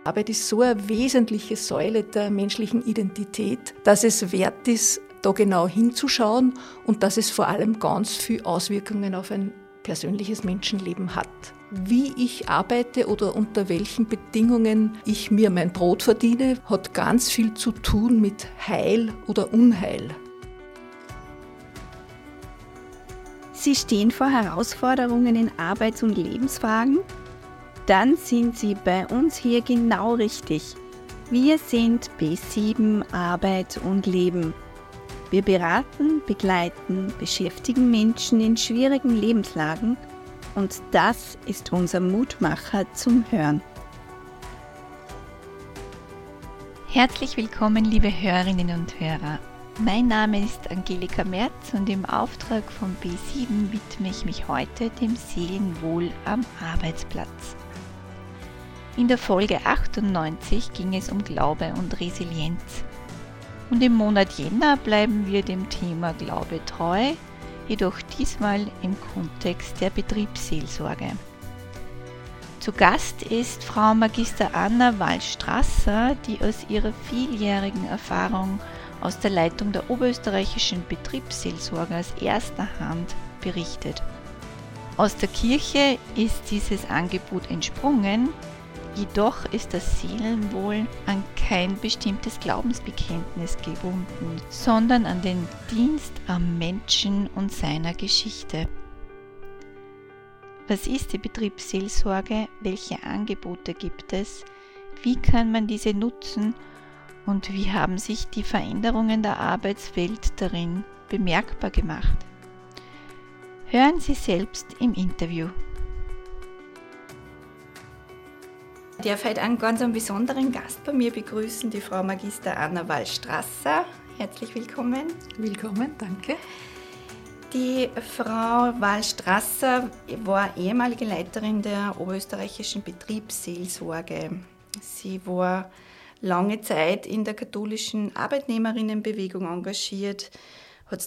Arbeit ist so eine wesentliche Säule der menschlichen Identität, dass es wert ist, da genau hinzuschauen und dass es vor allem ganz viele Auswirkungen auf ein persönliches Menschenleben hat. Wie ich arbeite oder unter welchen Bedingungen ich mir mein Brot verdiene, hat ganz viel zu tun mit Heil oder Unheil. Sie stehen vor Herausforderungen in Arbeits- und Lebensfragen? Dann sind Sie bei uns hier genau richtig. Wir sind B7 Arbeit und Leben. Wir beraten, begleiten, beschäftigen Menschen in schwierigen Lebenslagen und das ist unser Mutmacher zum Hören. Herzlich willkommen, liebe Hörerinnen und Hörer. Mein Name ist Angelika Merz und im Auftrag von B7 widme ich mich heute dem Seelenwohl am Arbeitsplatz. In der Folge 98 ging es um Glaube und Resilienz. Und im Monat Jänner bleiben wir dem Thema Glaube treu, jedoch diesmal im Kontext der Betriebsseelsorge. Zu Gast ist Frau Magister Anna Wall-Strasser, die aus ihrer vieljährigen Erfahrung aus der Leitung der oberösterreichischen Betriebsseelsorge aus erster Hand berichtet. Aus der Kirche ist dieses Angebot entsprungen, jedoch ist das Seelenwohl an kein bestimmtes Glaubensbekenntnis gebunden, sondern an den Dienst am Menschen und seiner Geschichte. Was ist die Betriebsseelsorge? Welche Angebote gibt es? Wie kann man diese nutzen? Und wie haben sich die Veränderungen der Arbeitswelt darin bemerkbar gemacht? Hören Sie selbst im Interview. Ich darf heute einen ganz besonderen Gast bei mir begrüßen, die Frau Magister Anna Wall-Strasser. Herzlich willkommen. Willkommen, danke. Die Frau Wall-Strasser war ehemalige Leiterin der oberösterreichischen Betriebsseelsorge. Sie war lange Zeit in der katholischen Arbeitnehmerinnenbewegung engagiert, hat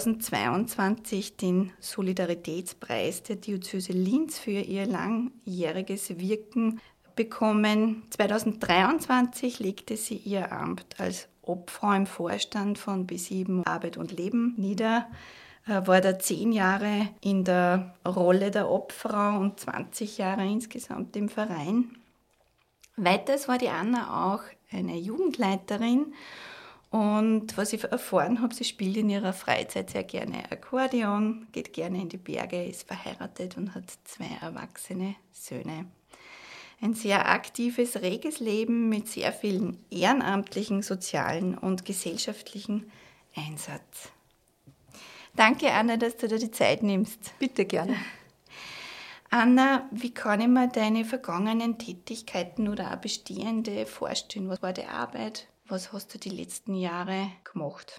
2022 den Solidaritätspreis der Diözese Linz für ihr langjähriges Wirken bekommen. 2023 legte sie ihr Amt als Obfrau im Vorstand von B7 Arbeit und Leben nieder, war da 10 Jahre in der Rolle der Obfrau und 20 Jahre insgesamt im Verein. Weiters war die Anna auch eine Jugendleiterin und was ich erfahren habe, sie spielt in ihrer Freizeit sehr gerne Akkordeon, geht gerne in die Berge, ist verheiratet und hat 2 erwachsene Söhne. Ein sehr aktives, reges Leben mit sehr vielen ehrenamtlichen, sozialen und gesellschaftlichen Einsatz. Danke, Anna, dass du dir die Zeit nimmst. Bitte gerne. Anna, wie kann ich mir deine vergangenen Tätigkeiten oder auch bestehende vorstellen? Was war die Arbeit? Was hast du die letzten Jahre gemacht?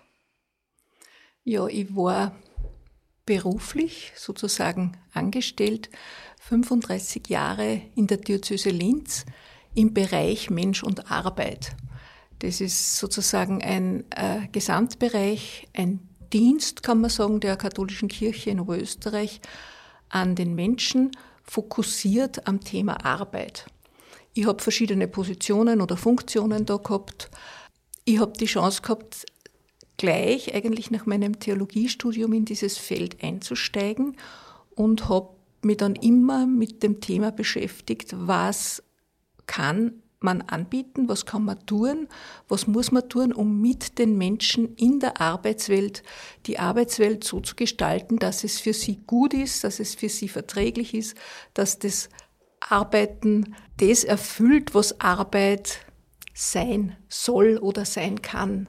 Ja, ich war beruflich sozusagen angestellt, 35 Jahre in der Diözese Linz im Bereich Mensch und Arbeit. Das ist sozusagen ein Gesamtbereich, ein Dienst, kann man sagen, der katholischen Kirche in Oberösterreich an den Menschen, fokussiert am Thema Arbeit. Ich habe verschiedene Positionen oder Funktionen da gehabt. Ich habe die Chance gehabt, gleich eigentlich nach meinem Theologiestudium in dieses Feld einzusteigen und habe mich dann immer mit dem Thema beschäftigt, was kann man anbieten, was kann man tun, was muss man tun, um mit den Menschen in der Arbeitswelt die Arbeitswelt so zu gestalten, dass es für sie gut ist, dass es für sie verträglich ist, dass das Arbeiten das erfüllt, was Arbeit sein soll oder sein kann.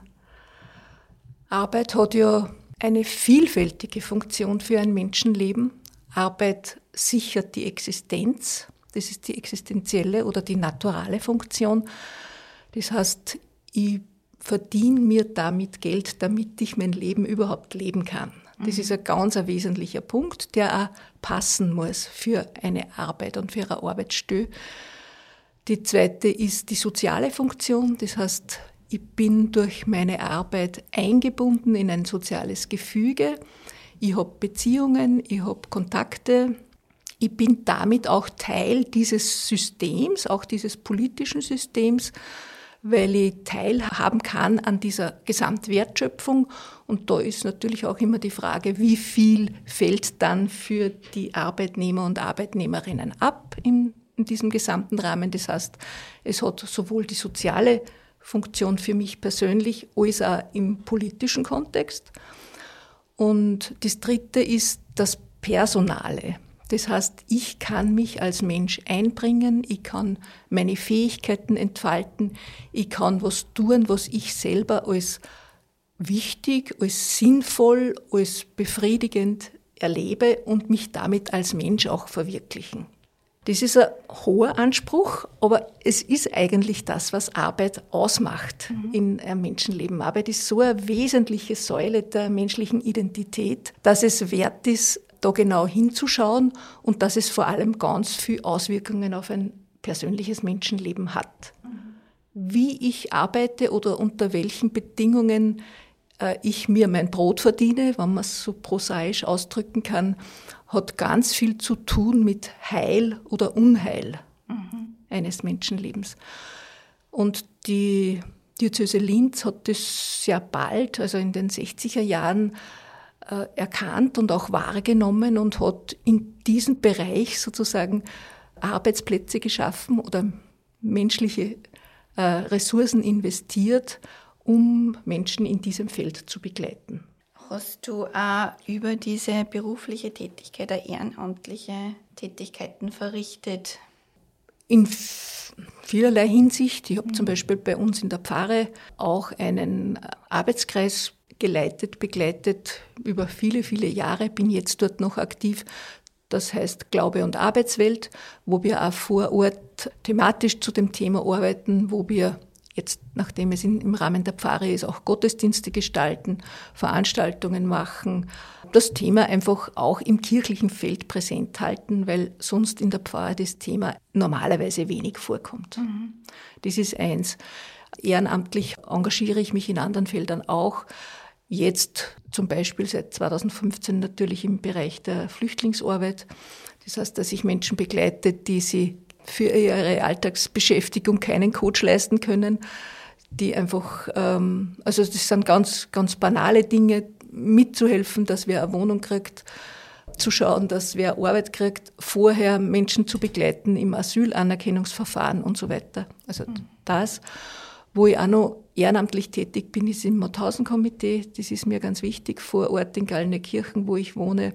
Arbeit hat ja eine vielfältige Funktion für ein Menschenleben. Arbeit sichert die Existenz. Das ist die existenzielle oder die naturale Funktion. Das heißt, ich verdiene mir damit Geld, damit ich mein Leben überhaupt leben kann. Das ist ein ganz wesentlicher Punkt, der auch passen muss für eine Arbeit und für eine Arbeitsstelle. Die zweite ist die soziale Funktion. Das heißt, ich bin durch meine Arbeit eingebunden in ein soziales Gefüge. Ich habe Beziehungen, ich habe Kontakte. Ich bin damit auch Teil dieses Systems, auch dieses politischen Systems, weil ich teilhaben kann an dieser Gesamtwertschöpfung. Und da ist natürlich auch immer die Frage, wie viel fällt dann für die Arbeitnehmer und Arbeitnehmerinnen ab in diesem gesamten Rahmen. Das heißt, es hat sowohl die soziale Funktion für mich persönlich als auch im politischen Kontext. Und das Dritte ist das Personale. Das heißt, ich kann mich als Mensch einbringen, ich kann meine Fähigkeiten entfalten, ich kann was tun, was ich selber als wichtig, als sinnvoll, als befriedigend erlebe und mich damit als Mensch auch verwirklichen. Das ist ein hoher Anspruch, aber es ist eigentlich das, was Arbeit ausmacht in einem Menschenleben. Arbeit ist so eine wesentliche Säule der menschlichen Identität, dass es wert ist, da genau hinzuschauen und dass es vor allem ganz viele Auswirkungen auf ein persönliches Menschenleben hat. Wie ich arbeite oder unter welchen Bedingungen ich mir mein Brot verdiene, wenn man es so prosaisch ausdrücken kann, hat ganz viel zu tun mit Heil oder Unheil eines Menschenlebens. Und die Diözese Linz hat das sehr bald, also in den 60er Jahren, erkannt und auch wahrgenommen und hat in diesen Bereich sozusagen Arbeitsplätze geschaffen oder menschliche Ressourcen investiert, um Menschen in diesem Feld zu begleiten. Hast du auch über diese berufliche Tätigkeit auch ehrenamtliche Tätigkeiten verrichtet? In vielerlei Hinsicht. Ich habe zum Beispiel bei uns in der Pfarre auch einen Arbeitskreis geleitet, begleitet über viele, viele Jahre, bin jetzt dort noch aktiv. Das heißt Glaube und Arbeitswelt, wo wir auch vor Ort thematisch zu dem Thema arbeiten, wo wir jetzt, nachdem es im Rahmen der Pfarre ist, auch Gottesdienste gestalten, Veranstaltungen machen, das Thema einfach auch im kirchlichen Feld präsent halten, weil sonst in der Pfarre das Thema normalerweise wenig vorkommt. Das ist eins. Ehrenamtlich engagiere ich mich in anderen Feldern auch. Jetzt zum Beispiel seit 2015 natürlich im Bereich der Flüchtlingsarbeit. Das heißt, dass ich Menschen begleite, die sie für ihre Alltagsbeschäftigung keinen Coach leisten können, die einfach, also das sind ganz, ganz banale Dinge, mitzuhelfen, dass wer eine Wohnung kriegt, zu schauen, dass wer Arbeit kriegt, vorher Menschen zu begleiten im Asylanerkennungsverfahren und so weiter. Also das. Wo ich auch noch ehrenamtlich tätig bin, ist im Mauthausen-Komitee. Das ist mir ganz wichtig. Vor Ort in Gallnerkirchen, wo ich wohne,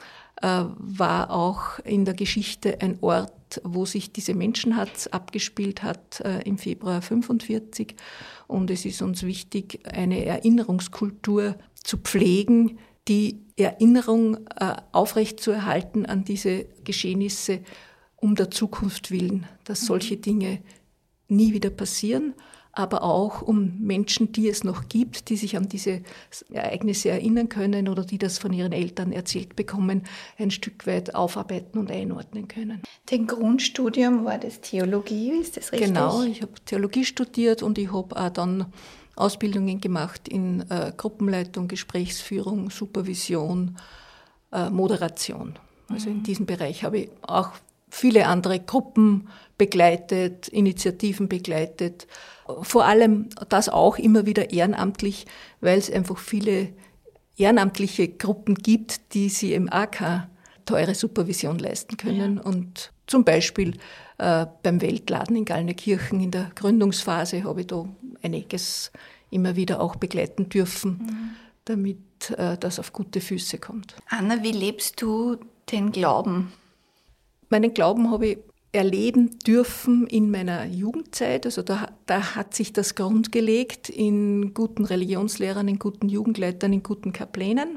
war auch in der Geschichte ein Ort, wo sich diese Menschenhatz abgespielt hat im Februar 1945. Und es ist uns wichtig, eine Erinnerungskultur zu pflegen, die Erinnerung aufrechtzuerhalten an diese Geschehnisse um der Zukunft willen, dass solche Dinge nie wieder passieren, aber auch um Menschen, die es noch gibt, die sich an diese Ereignisse erinnern können oder die das von ihren Eltern erzählt bekommen, ein Stück weit aufarbeiten und einordnen können. Dein Grundstudium war das Theologie, ist das richtig? Genau, ich habe Theologie studiert und ich habe auch dann Ausbildungen gemacht in Gruppenleitung, Gesprächsführung, Supervision, Moderation. Also in diesem Bereich habe ich auch viele andere Gruppen begleitet, Initiativen begleitet. Vor allem das auch immer wieder ehrenamtlich, weil es einfach viele ehrenamtliche Gruppen gibt, die sie im AK teure Supervision leisten können. Ja. Und zum Beispiel beim Weltladen in Gallnerkirchen in der Gründungsphase habe ich da einiges immer wieder auch begleiten dürfen, damit das auf gute Füße kommt. Anna, wie lebst du den Glauben? Meinen Glauben habe ich erleben dürfen in meiner Jugendzeit. Also da hat sich das Grund gelegt in guten Religionslehrern, in guten Jugendleitern, in guten Kaplänen,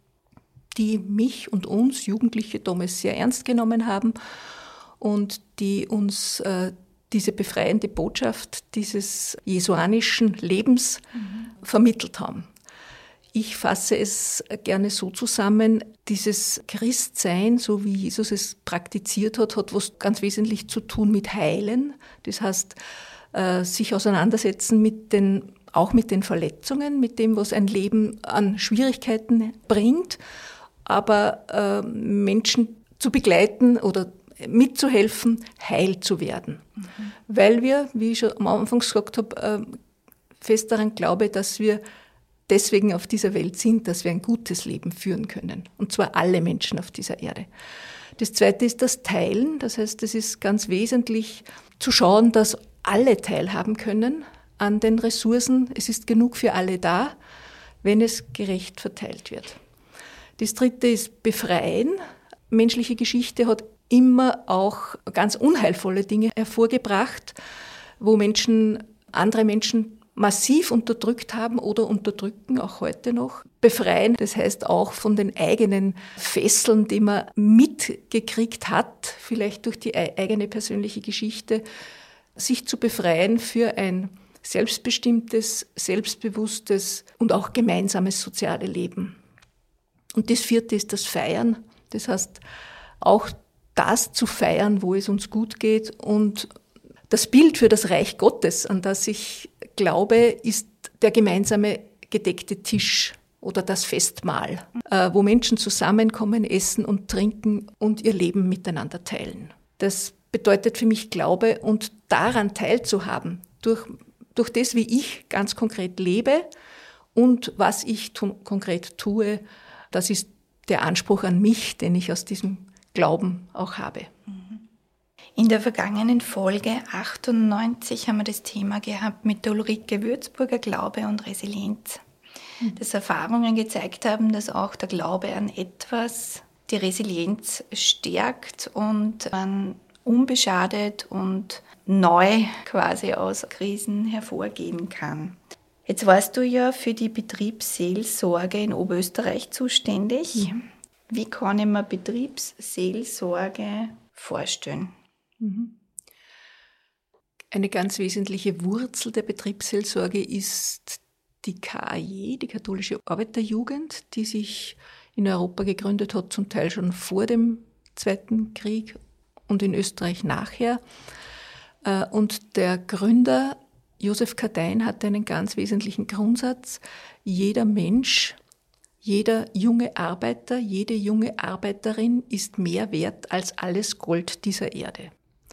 die mich und uns Jugendliche damals sehr ernst genommen haben und die uns diese befreiende Botschaft dieses jesuanischen Lebens vermittelt haben. Ich fasse es gerne so zusammen, dieses Christsein, so wie Jesus es praktiziert hat, hat was ganz wesentlich zu tun mit Heilen. Das heißt, sich auseinandersetzen auch mit den Verletzungen, mit dem, was ein Leben an Schwierigkeiten bringt, aber Menschen zu begleiten oder mitzuhelfen, heil zu werden. Weil wir, wie ich schon am Anfang gesagt habe, fest daran glaube, dass wir deswegen auf dieser Welt sind, dass wir ein gutes Leben führen können. Und zwar alle Menschen auf dieser Erde. Das Zweite ist das Teilen. Das heißt, es ist ganz wesentlich zu schauen, dass alle teilhaben können an den Ressourcen. Es ist genug für alle da, wenn es gerecht verteilt wird. Das Dritte ist Befreien. Menschliche Geschichte hat immer auch ganz unheilvolle Dinge hervorgebracht, wo Menschen andere Menschen massiv unterdrückt haben oder unterdrücken, auch heute noch. Befreien, das heißt auch von den eigenen Fesseln, die man mitgekriegt hat, vielleicht durch die eigene persönliche Geschichte, sich zu befreien für ein selbstbestimmtes, selbstbewusstes und auch gemeinsames soziales Leben. Und das Vierte ist das Feiern. Das heißt, auch das zu feiern, wo es uns gut geht. Und das Bild für das Reich Gottes, an das ich glaube, ist der gemeinsame gedeckte Tisch oder das Festmahl, wo Menschen zusammenkommen, essen und trinken und ihr Leben miteinander teilen. Das bedeutet für mich Glaube und daran teilzuhaben, durch das, wie ich ganz konkret lebe und was ich konkret tue, das ist der Anspruch an mich, den ich aus diesem Glauben auch habe. In der vergangenen Folge 98 haben wir das Thema gehabt mit der Ulrike Würzburger, Glaube und Resilienz. Dass Erfahrungen gezeigt haben, dass auch der Glaube an etwas die Resilienz stärkt und man unbeschadet und neu quasi aus Krisen hervorgehen kann. Jetzt warst du ja für die Betriebsseelsorge in Oberösterreich zuständig. Mhm. Wie kann ich mir Betriebsseelsorge vorstellen? Eine ganz wesentliche Wurzel der Betriebsseelsorge ist die KAJ, die Katholische Arbeiterjugend, die sich in Europa gegründet hat, zum Teil schon vor dem Zweiten Krieg und in Österreich nachher. Und der Gründer Josef Kadein hatte einen ganz wesentlichen Grundsatz: Jeder Mensch, jeder junge Arbeiter, jede junge Arbeiterin ist mehr wert als alles Gold dieser Erde.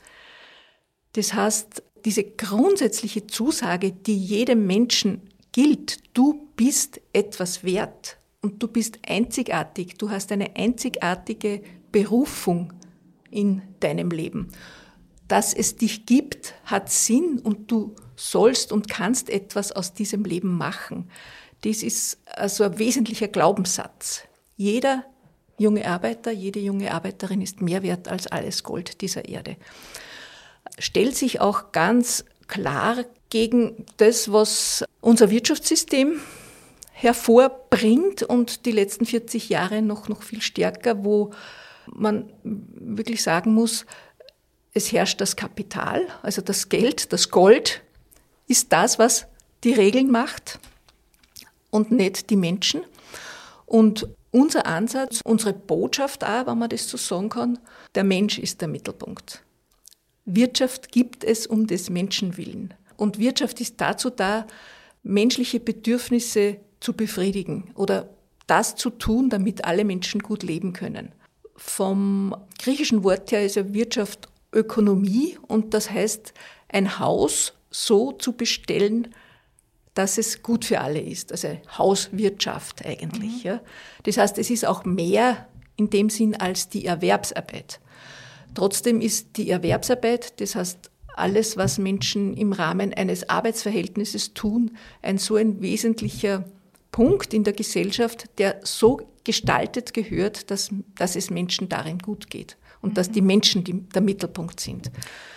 Das heißt, diese grundsätzliche Zusage, die jedem Menschen gilt, du bist etwas wert und du bist einzigartig, du hast eine einzigartige Berufung in deinem Leben. Dass es dich gibt, hat Sinn und du sollst und kannst etwas aus diesem Leben machen. Das ist also ein wesentlicher Glaubenssatz. Jeder junge Arbeiter, jede junge Arbeiterin ist mehr wert als alles Gold dieser Erde. Stellt sich auch ganz klar gegen das, was unser Wirtschaftssystem hervorbringt und die letzten 40 Jahre noch viel stärker, wo man wirklich sagen muss, es herrscht das Kapital, also das Geld, das Gold ist das, was die Regeln macht und nicht die Menschen. Und unser Ansatz, unsere Botschaft auch, wenn man das so sagen kann, der Mensch ist der Mittelpunkt. Wirtschaft gibt es um des Menschen willen. Und Wirtschaft ist dazu da, menschliche Bedürfnisse zu befriedigen oder das zu tun, damit alle Menschen gut leben können. Vom griechischen Wort her ist ja Wirtschaft Ökonomie und das heißt, ein Haus so zu bestellen, dass es gut für alle ist. Also Hauswirtschaft eigentlich. Ja. Das heißt, es ist auch mehr in dem Sinn als die Erwerbsarbeit. Trotzdem ist die Erwerbsarbeit, das heißt alles, was Menschen im Rahmen eines Arbeitsverhältnisses tun, ein wesentlicher Punkt in der Gesellschaft, der so gestaltet gehört, dass es Menschen darin gut geht und dass die Menschen der Mittelpunkt sind.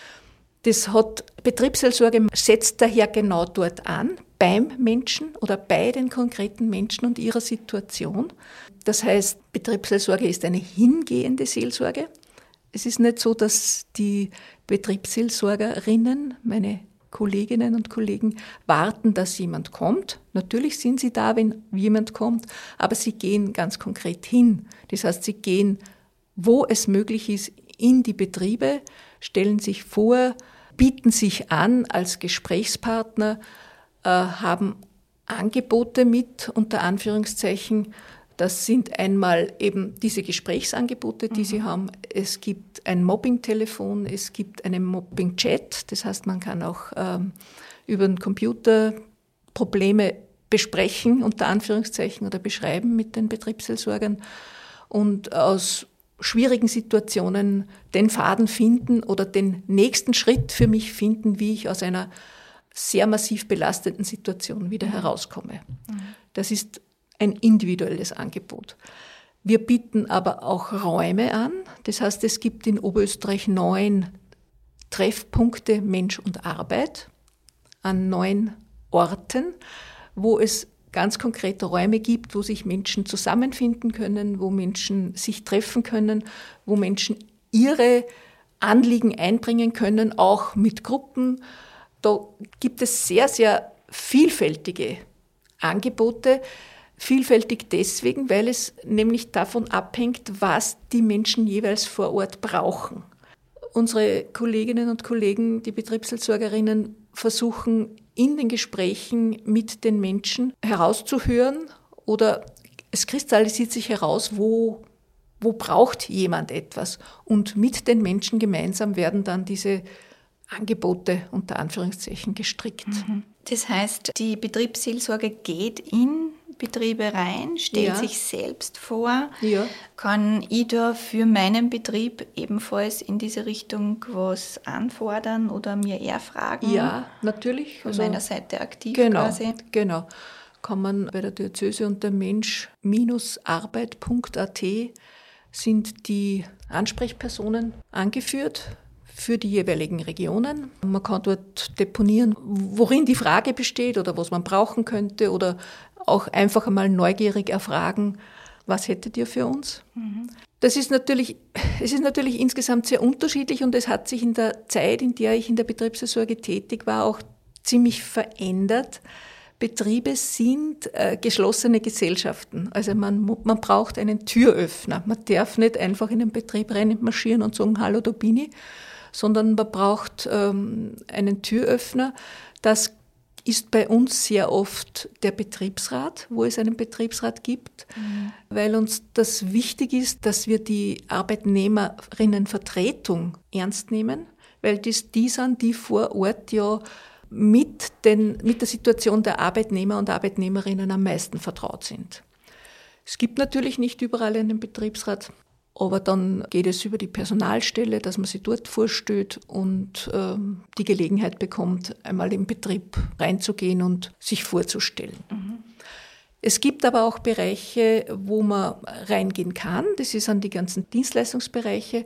Betriebsseelsorge setzt daher genau dort an, beim Menschen oder bei den konkreten Menschen und ihrer Situation. Das heißt, Betriebsseelsorge ist eine hingehende Seelsorge. Es ist nicht so, dass die Betriebsseelsorgerinnen, meine Kolleginnen und Kollegen, warten, dass jemand kommt. Natürlich sind sie da, wenn jemand kommt, aber sie gehen ganz konkret hin. Das heißt, sie gehen, wo es möglich ist, in die Betriebe, stellen sich vor, bieten sich an als Gesprächspartner, haben Angebote mit, unter Anführungszeichen, Das sind einmal eben diese Gesprächsangebote, die sie haben. Es gibt ein Mobbing-Telefon, es gibt einen Mobbing-Chat. Das heißt, man kann auch über den Computer Probleme besprechen, unter Anführungszeichen, oder beschreiben mit den Betriebsseelsorgern und aus schwierigen Situationen den Faden finden oder den nächsten Schritt für mich finden, wie ich aus einer sehr massiv belastenden Situation wieder herauskomme. Das ist ein individuelles Angebot. Wir bieten aber auch Räume an. Das heißt, es gibt in Oberösterreich 9 Treffpunkte Mensch und Arbeit an 9 Orten, wo es ganz konkrete Räume gibt, wo sich Menschen zusammenfinden können, wo Menschen sich treffen können, wo Menschen ihre Anliegen einbringen können, auch mit Gruppen. Da gibt es sehr, sehr vielfältige Angebote. Vielfältig deswegen, weil es nämlich davon abhängt, was die Menschen jeweils vor Ort brauchen. Unsere Kolleginnen und Kollegen, die Betriebsseelsorgerinnen, versuchen in den Gesprächen mit den Menschen herauszuhören oder es kristallisiert sich heraus, wo braucht jemand etwas. Und mit den Menschen gemeinsam werden dann diese Angebote unter Anführungszeichen gestrickt. Das heißt, die Betriebsseelsorge geht in Betriebe rein, stellt sich selbst vor. Ja. Kann ich da für meinen Betrieb ebenfalls in diese Richtung was anfordern oder mir eher fragen? Ja, natürlich. Von meiner Seite aktiv quasi. Genau. Kann man bei der Diözese unter mensch-arbeit.at sind die Ansprechpersonen angeführt für die jeweiligen Regionen. Man kann dort deponieren, worin die Frage besteht oder was man brauchen könnte oder auch einfach einmal neugierig erfragen, was hättet ihr für uns? Es ist natürlich insgesamt sehr unterschiedlich und es hat sich in der Zeit, in der ich in der Betriebsseelsorge tätig war, auch ziemlich verändert. Betriebe sind geschlossene Gesellschaften. Also man braucht einen Türöffner. Man darf nicht einfach in den Betrieb reinmarschieren und sagen, hallo, da bin ich, sondern man braucht einen Türöffner. Das ist bei uns sehr oft der Betriebsrat, wo es einen Betriebsrat gibt, weil uns das wichtig ist, dass wir die Arbeitnehmerinnenvertretung ernst nehmen, weil die sind, die vor Ort ja mit der Situation der Arbeitnehmer und Arbeitnehmerinnen am meisten vertraut sind. Es gibt natürlich nicht überall einen Betriebsrat, aber dann geht es über die Personalstelle, dass man sich dort vorstellt und die Gelegenheit bekommt, einmal im Betrieb reinzugehen und sich vorzustellen. Es gibt aber auch Bereiche, wo man reingehen kann. Das sind die ganzen Dienstleistungsbereiche.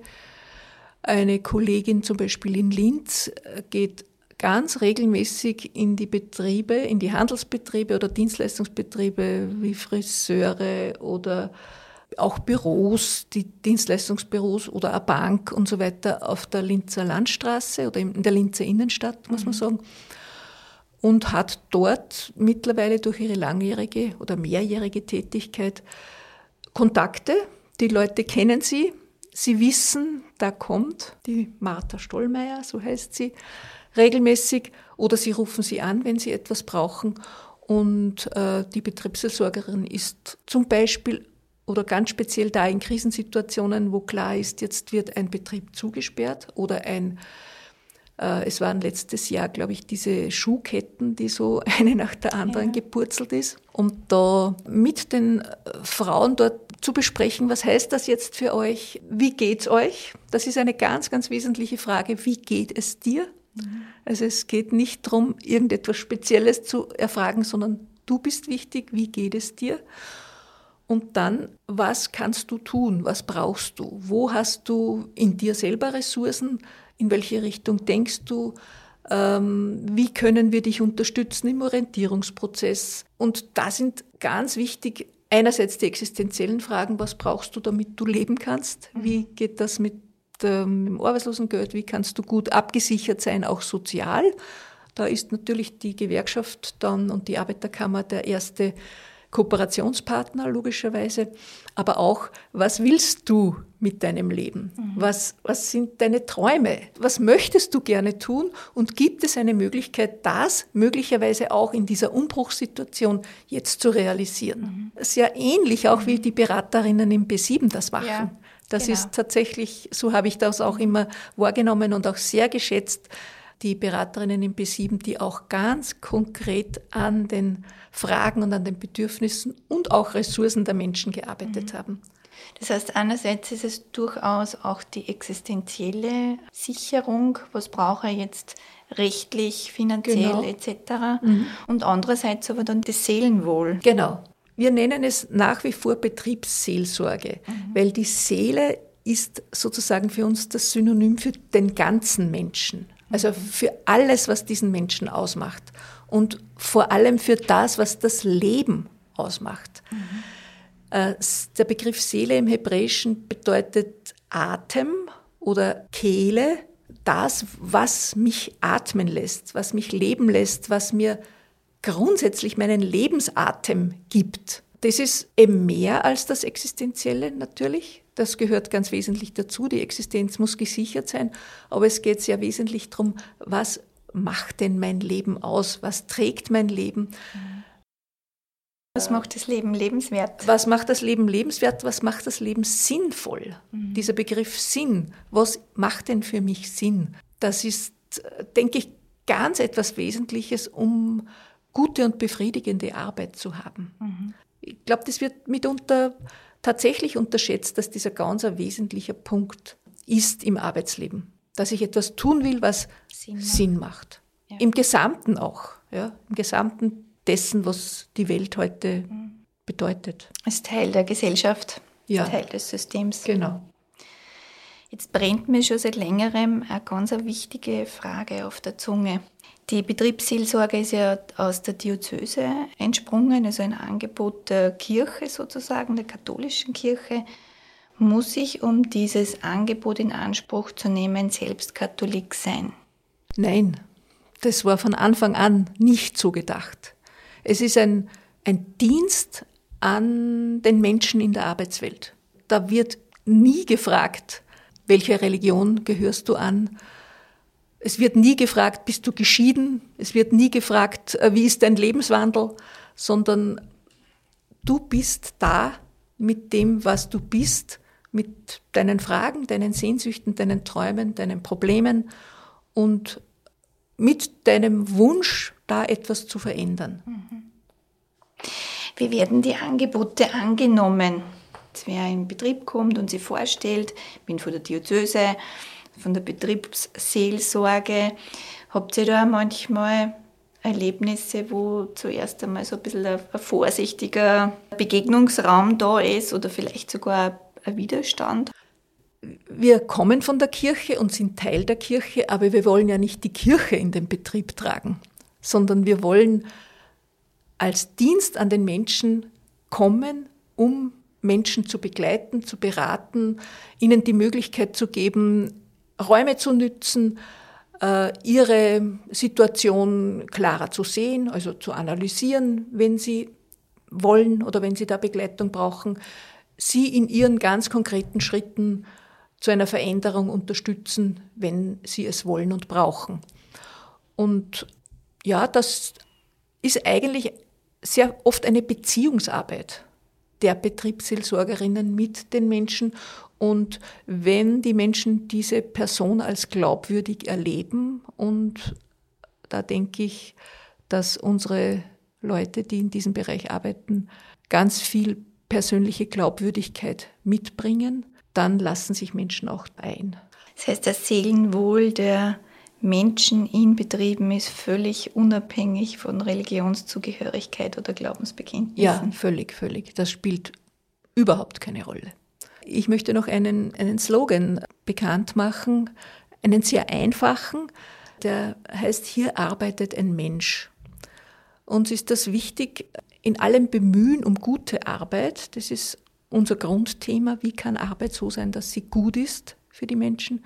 Eine Kollegin zum Beispiel in Linz geht ganz regelmäßig in die Betriebe, in die Handelsbetriebe oder Dienstleistungsbetriebe wie Friseure oder auch Büros, die Dienstleistungsbüros oder eine Bank und so weiter auf der Linzer Landstraße oder in der Linzer Innenstadt, muss man sagen, und hat dort mittlerweile durch ihre langjährige oder mehrjährige Tätigkeit Kontakte. Die Leute kennen sie, sie wissen, da kommt die Martha Stollmeier, so heißt sie, regelmäßig, oder sie rufen sie an, wenn sie etwas brauchen. Und die Betriebsseelsorgerin ist zum Beispiel oder ganz speziell da in Krisensituationen, wo klar ist, jetzt wird ein Betrieb zugesperrt oder es waren letztes Jahr, glaube ich, diese Schuhketten, die so eine nach der anderen gepurzelt ist. Und da mit den Frauen dort zu besprechen, was heißt das jetzt für euch? Wie geht's euch? Das ist eine ganz, ganz wesentliche Frage. Wie geht es dir? Also es geht nicht darum, irgendetwas Spezielles zu erfragen, sondern du bist wichtig, wie geht es dir? Und dann, was kannst du tun? Was brauchst du? Wo hast du in dir selber Ressourcen? In welche Richtung denkst du? Wie können wir dich unterstützen im Orientierungsprozess? Und da sind ganz wichtig einerseits die existenziellen Fragen, was brauchst du, damit du leben kannst? Wie geht das mit dem Arbeitslosengeld? Wie kannst du gut abgesichert sein, auch sozial? Da ist natürlich die Gewerkschaft dann und die Arbeiterkammer der erste Kooperationspartner logischerweise, aber auch, was willst du mit deinem Leben? Was sind deine Träume? Was möchtest du gerne tun? Und gibt es eine Möglichkeit, das möglicherweise auch in dieser Umbruchssituation jetzt zu realisieren? Sehr ähnlich auch, wie die Beraterinnen im B7 das machen. Ja, das genau. ist tatsächlich, so habe ich das auch immer wahrgenommen und auch sehr geschätzt, die Beraterinnen im B7, die auch ganz konkret an den Fragen und an den Bedürfnissen und auch Ressourcen der Menschen gearbeitet haben. Das heißt, einerseits ist es durchaus auch die existenzielle Sicherung, was brauche ich jetzt rechtlich, finanziell etc. Und andererseits aber dann das Seelenwohl. Genau. Wir nennen es nach wie vor Betriebsseelsorge, weil die Seele ist sozusagen für uns das Synonym für den ganzen Menschen. Also für alles, was diesen Menschen ausmacht. Und vor allem für das, was das Leben ausmacht. Der Begriff Seele im Hebräischen bedeutet Atem oder Kehle. Das, was mich atmen lässt, was mich leben lässt, was mir grundsätzlich meinen Lebensatem gibt. Das ist eben mehr als das Existenzielle natürlich. Das gehört ganz wesentlich dazu. Die Existenz muss gesichert sein. Aber es geht sehr wesentlich darum, was macht denn mein Leben aus? Was trägt mein Leben? Was macht das Leben lebenswert? Was macht das Leben lebenswert? Was macht das Leben sinnvoll? Dieser Begriff Sinn. Was macht denn für mich Sinn? Das ist, denke ich, ganz etwas Wesentliches, um gute und befriedigende Arbeit zu haben. Ich glaube, das wird mitunter tatsächlich unterschätzt, dass dieser ganz ein wesentlicher Punkt ist im Arbeitsleben. Dass ich etwas tun will, was Sinn macht. Ja. Im Gesamten auch. Ja, im Gesamten dessen, was die Welt heute bedeutet. Als Teil der Gesellschaft, Teil des Systems. Genau. Jetzt brennt mir schon seit längerem eine ganz wichtige Frage auf der Zunge. Die Betriebsseelsorge ist ja aus der Diözese entsprungen, also ein Angebot der Kirche sozusagen, der katholischen Kirche. Muss ich, um dieses Angebot in Anspruch zu nehmen, selbst Katholik sein? Nein, das war von Anfang an nicht so gedacht. Es ist ein Dienst an den Menschen in der Arbeitswelt. Da wird nie gefragt, welcher Religion gehörst du an. Es wird nie gefragt, bist du geschieden? Es wird nie gefragt, wie ist dein Lebenswandel? Sondern du bist da mit dem, was du bist, mit deinen Fragen, deinen Sehnsüchten, deinen Träumen, deinen Problemen und mit deinem Wunsch, da etwas zu verändern. Wie werden die Angebote angenommen? Wer in Betrieb kommt und sich vorstellt, ich bin von der Diözese, von der Betriebsseelsorge. Habt ihr da manchmal Erlebnisse, wo zuerst einmal so ein bisschen ein vorsichtiger Begegnungsraum da ist oder vielleicht sogar ein Widerstand? Wir kommen von der Kirche und sind Teil der Kirche, aber wir wollen ja nicht die Kirche in den Betrieb tragen, sondern wir wollen als Dienst an den Menschen kommen, um Menschen zu begleiten, zu beraten, ihnen die Möglichkeit zu geben, Räume zu nützen, ihre Situation klarer zu sehen, also zu analysieren, wenn sie wollen oder wenn sie da Begleitung brauchen, sie in ihren ganz konkreten Schritten zu einer Veränderung unterstützen, wenn sie es wollen und brauchen. Und ja, das ist eigentlich sehr oft eine Beziehungsarbeit der Betriebsseelsorgerinnen mit den Menschen. Und wenn die Menschen diese Person als glaubwürdig erleben, und da denke ich, dass unsere Leute, die in diesem Bereich arbeiten, ganz viel persönliche Glaubwürdigkeit mitbringen, dann lassen sich Menschen auch ein. Das heißt, das Seelenwohl der Menschen in Betrieben ist völlig unabhängig von Religionszugehörigkeit oder Glaubensbekenntnissen. Ja, völlig. Das spielt überhaupt keine Rolle. Ich möchte noch einen Slogan bekannt machen, einen sehr einfachen, der heißt, hier arbeitet ein Mensch. Uns ist das wichtig, in allem Bemühen um gute Arbeit, das ist unser Grundthema, wie kann Arbeit so sein, dass sie gut ist für die Menschen,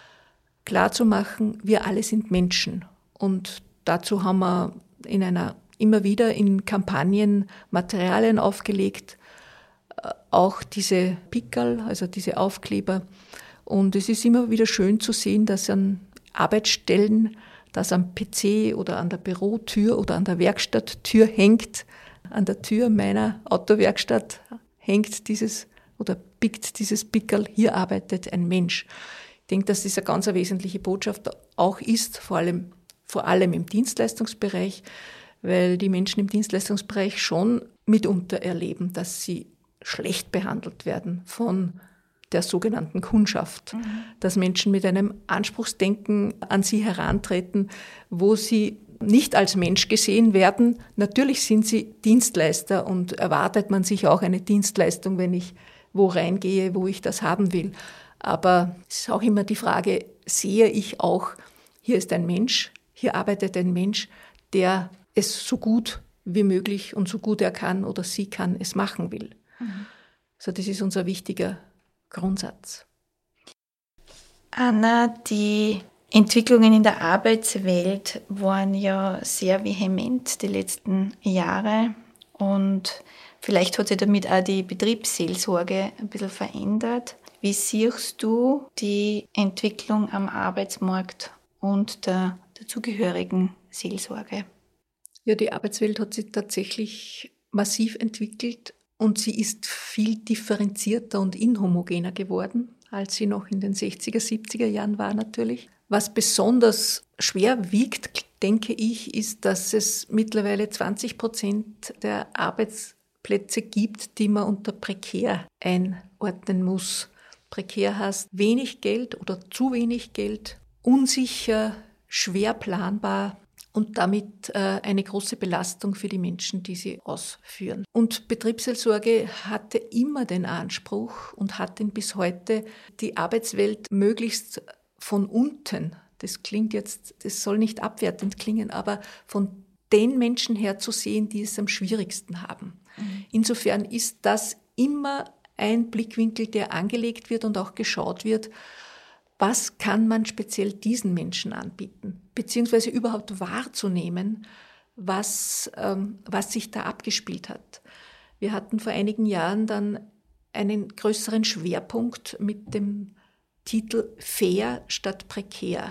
klarzumachen, wir alle sind Menschen. Und dazu haben wir in einer immer wieder in Kampagnen Materialien aufgelegt, auch diese Pickerl, also diese Aufkleber. Und es ist immer wieder schön zu sehen, dass an Arbeitsstellen, das am PC oder an der Bürotür oder an der Werkstatttür hängt. An der Tür meiner Autowerkstatt hängt dieses oder pickt dieses Pickerl, hier arbeitet ein Mensch. Ich denke, dass das eine ganz wesentliche Botschaft auch ist, vor allem im Dienstleistungsbereich, weil die Menschen im Dienstleistungsbereich schon mitunter erleben, dass sie schlecht behandelt werden von der sogenannten Kundschaft. Dass Menschen mit einem Anspruchsdenken an sie herantreten, wo sie nicht als Mensch gesehen werden. Natürlich sind sie Dienstleister und erwartet man sich auch eine Dienstleistung, wenn ich wo reingehe, wo ich das haben will. Aber es ist auch immer die Frage, sehe ich auch, hier ist ein Mensch, hier arbeitet ein Mensch, der es so gut wie möglich und so gut er kann oder sie kann, es machen will. Also das ist unser wichtiger Grundsatz. Anna, die Entwicklungen in der Arbeitswelt waren ja sehr vehement die letzten Jahre und vielleicht hat sich damit auch die Betriebsseelsorge ein bisschen verändert. Wie siehst du die Entwicklung am Arbeitsmarkt und der dazugehörigen Seelsorge? Ja, die Arbeitswelt hat sich tatsächlich massiv entwickelt und sie ist viel differenzierter und inhomogener geworden, als sie noch in den 60er, 70er Jahren war natürlich. Was besonders schwer wiegt, denke ich, ist, dass es mittlerweile 20% der Arbeitsplätze gibt, die man unter prekär einordnen muss. Prekär heißt wenig Geld oder zu wenig Geld, unsicher, schwer planbar und damit eine große Belastung für die Menschen, die sie ausführen. Und Betriebsseelsorge hatte immer den Anspruch und hat ihn bis heute, die Arbeitswelt möglichst von unten, das soll nicht abwertend klingen, aber von den Menschen her zu sehen, die es am schwierigsten haben. Insofern ist das immer ein Blickwinkel, der angelegt wird und auch geschaut wird, was kann man speziell diesen Menschen anbieten, beziehungsweise überhaupt wahrzunehmen, was sich da abgespielt hat. Wir hatten vor einigen Jahren dann einen größeren Schwerpunkt mit dem Titel Fair statt prekär.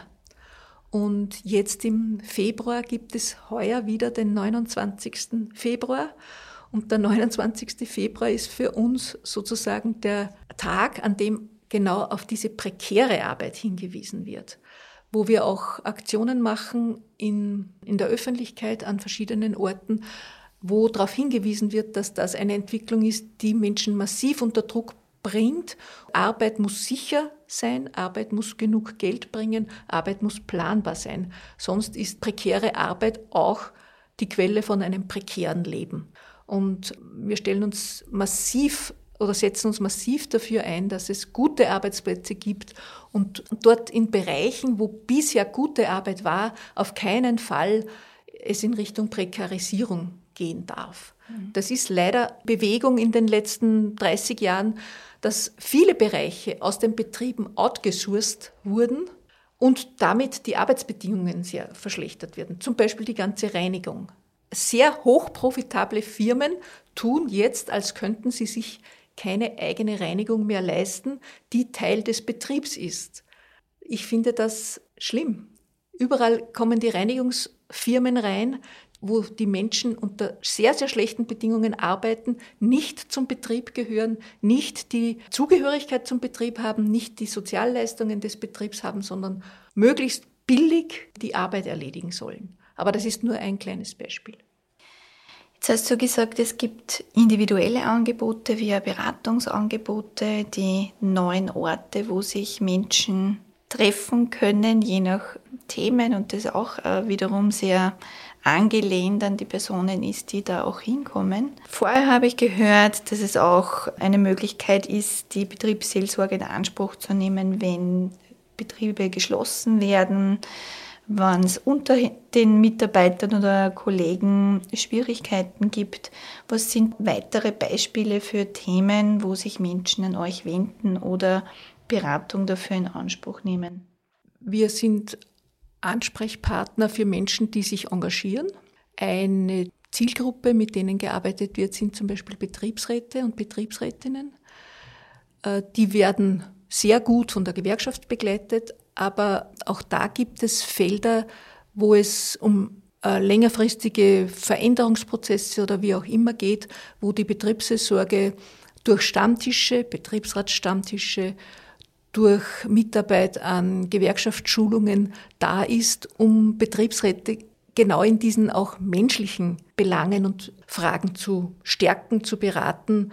Und jetzt im Februar gibt es heuer wieder den 29. Februar. Und der 29. Februar ist für uns sozusagen der Tag, an dem genau auf diese prekäre Arbeit hingewiesen wird, wo wir auch Aktionen machen in der Öffentlichkeit an verschiedenen Orten, wo darauf hingewiesen wird, dass das eine Entwicklung ist, die Menschen massiv unter Druck bringt. Arbeit muss sicher sein, Arbeit muss genug Geld bringen, Arbeit muss planbar sein. Sonst ist prekäre Arbeit auch die Quelle von einem prekären Leben. Und wir setzen uns massiv dafür ein, dass es gute Arbeitsplätze gibt und dort in Bereichen, wo bisher gute Arbeit war, auf keinen Fall es in Richtung Prekarisierung gehen darf. Das ist leider Bewegung in den letzten 30 Jahren, dass viele Bereiche aus den Betrieben outgesourced wurden und damit die Arbeitsbedingungen sehr verschlechtert werden. Zum Beispiel die ganze Reinigung. Sehr hochprofitable Firmen tun jetzt, als könnten sie sich keine eigene Reinigung mehr leisten, die Teil des Betriebs ist. Ich finde das schlimm. Überall kommen die Reinigungsfirmen rein, wo die Menschen unter sehr, sehr schlechten Bedingungen arbeiten, nicht zum Betrieb gehören, nicht die Zugehörigkeit zum Betrieb haben, nicht die Sozialleistungen des Betriebs haben, sondern möglichst billig die Arbeit erledigen sollen. Aber das ist nur ein kleines Beispiel. Jetzt hast du gesagt, es gibt individuelle Angebote wie Beratungsangebote, die neuen Orte, wo sich Menschen treffen können, je nach Themen und das auch wiederum sehr angelehnt an die Personen ist, die da auch hinkommen. Vorher habe ich gehört, dass es auch eine Möglichkeit ist, die Betriebsseelsorge in Anspruch zu nehmen, wenn Betriebe geschlossen werden, wenn es unter den Mitarbeitern oder Kollegen Schwierigkeiten gibt. Was sind weitere Beispiele für Themen, wo sich Menschen an euch wenden oder Beratung dafür in Anspruch nehmen? Wir sind Ansprechpartner für Menschen, die sich engagieren. Eine Zielgruppe, mit denen gearbeitet wird, sind zum Beispiel Betriebsräte und Betriebsrätinnen. Die werden sehr gut von der Gewerkschaft begleitet, aber auch da gibt es Felder, wo es um längerfristige Veränderungsprozesse oder wie auch immer geht, wo die Betriebsseelsorge durch Stammtische, Betriebsratsstammtische, durch Mitarbeit an Gewerkschaftsschulungen da ist, um Betriebsräte genau in diesen auch menschlichen Belangen und Fragen zu stärken, zu beraten,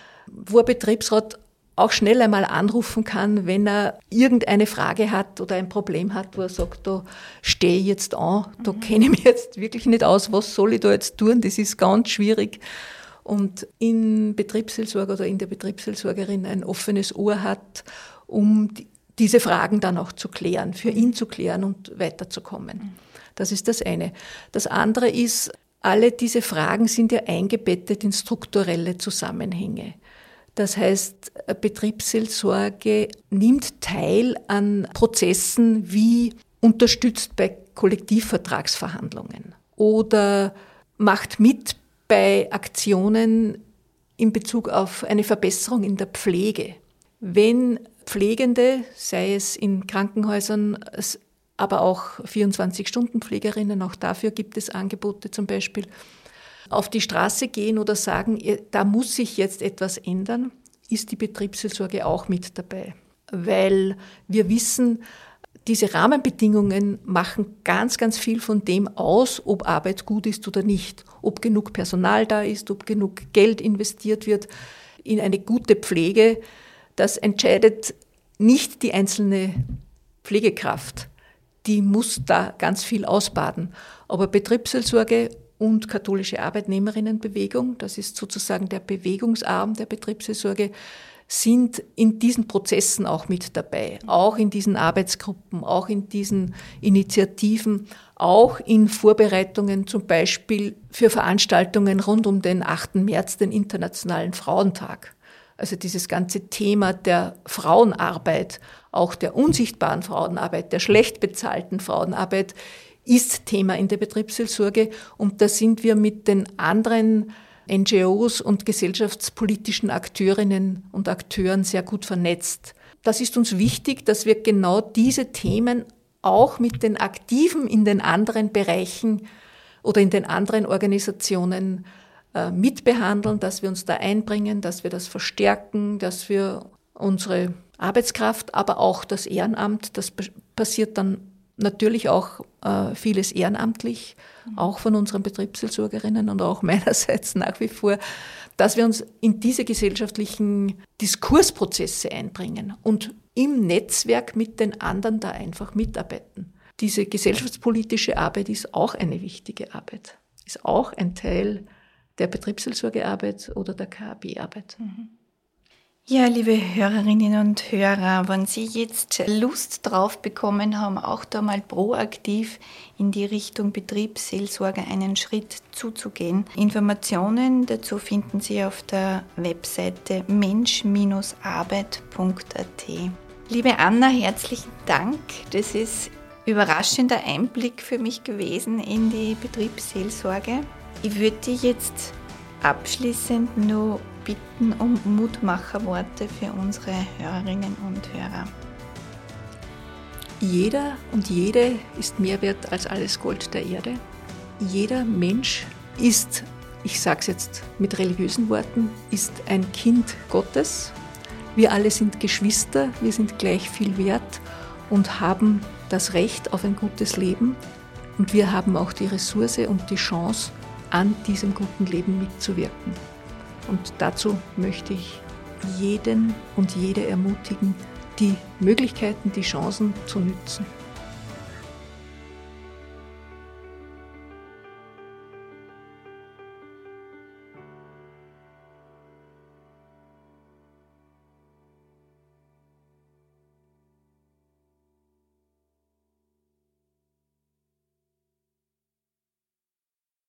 wo ein Betriebsrat auch schnell einmal anrufen kann, wenn er irgendeine Frage hat oder ein Problem hat, wo er sagt, da stehe ich jetzt an, da kenne ich mich jetzt wirklich nicht aus, was soll ich da jetzt tun, das ist ganz schwierig. Und in Betriebsseelsorge oder in der Betriebsseelsorgerin ein offenes Ohr hat, um diese Fragen dann auch zu klären, für ihn zu klären und weiterzukommen. Das ist das eine. Das andere ist, alle diese Fragen sind ja eingebettet in strukturelle Zusammenhänge. Das heißt, Betriebsseelsorge nimmt teil an Prozessen wie unterstützt bei Kollektivvertragsverhandlungen oder macht mit bei Aktionen in Bezug auf eine Verbesserung in der Pflege. Wenn Pflegende, sei es in Krankenhäusern, aber auch 24-Stunden-Pflegerinnen, auch dafür gibt es Angebote zum Beispiel, auf die Straße gehen oder sagen, da muss sich jetzt etwas ändern, ist die Betriebsseelsorge auch mit dabei. Weil wir wissen, diese Rahmenbedingungen machen ganz, ganz viel von dem aus, ob Arbeit gut ist oder nicht, ob genug Personal da ist, ob genug Geld investiert wird in eine gute Pflege. Das entscheidet nicht die einzelne Pflegekraft. Die muss da ganz viel ausbaden. Aber Betriebsseelsorge und katholische Arbeitnehmerinnenbewegung, das ist sozusagen der Bewegungsarm der Betriebsseelsorge, sind in diesen Prozessen auch mit dabei, auch in diesen Arbeitsgruppen, auch in diesen Initiativen, auch in Vorbereitungen zum Beispiel für Veranstaltungen rund um den 8. März, den Internationalen Frauentag. Also dieses ganze Thema der Frauenarbeit, auch der unsichtbaren Frauenarbeit, der schlecht bezahlten Frauenarbeit, ist Thema in der Betriebsseelsorge. Und da sind wir mit den anderen NGOs und gesellschaftspolitischen Akteurinnen und Akteuren sehr gut vernetzt. Das ist uns wichtig, dass wir genau diese Themen auch mit den Aktiven in den anderen Bereichen oder in den anderen Organisationen mitbehandeln, dass wir uns da einbringen, dass wir das verstärken, dass wir unsere Arbeitskraft, aber auch das Ehrenamt, das passiert dann natürlich auch vieles ehrenamtlich, auch von unseren Betriebsseelsorgerinnen und auch meinerseits nach wie vor, dass wir uns in diese gesellschaftlichen Diskursprozesse einbringen und im Netzwerk mit den anderen da einfach mitarbeiten. Diese gesellschaftspolitische Arbeit ist auch eine wichtige Arbeit, ist auch ein Teil der Betriebsseelsorgearbeit oder der KAB-Arbeit. Ja, liebe Hörerinnen und Hörer, wenn Sie jetzt Lust drauf bekommen haben, auch da mal proaktiv in die Richtung Betriebsseelsorge einen Schritt zuzugehen. Informationen dazu finden Sie auf der Webseite mensch-arbeit.at. Liebe Anna, herzlichen Dank. Das ist ein überraschender Einblick für mich gewesen in die Betriebsseelsorge. Ich würde dich jetzt abschließend nur bitten um Mutmacherworte für unsere Hörerinnen und Hörer. Jeder und jede ist mehr wert als alles Gold der Erde. Jeder Mensch ist, ich sage es jetzt mit religiösen Worten, ist ein Kind Gottes. Wir alle sind Geschwister, wir sind gleich viel wert und haben das Recht auf ein gutes Leben. Und wir haben auch die Ressource und die Chance, an diesem guten Leben mitzuwirken. Und dazu möchte ich jeden und jede ermutigen, die Möglichkeiten, die Chancen zu nützen.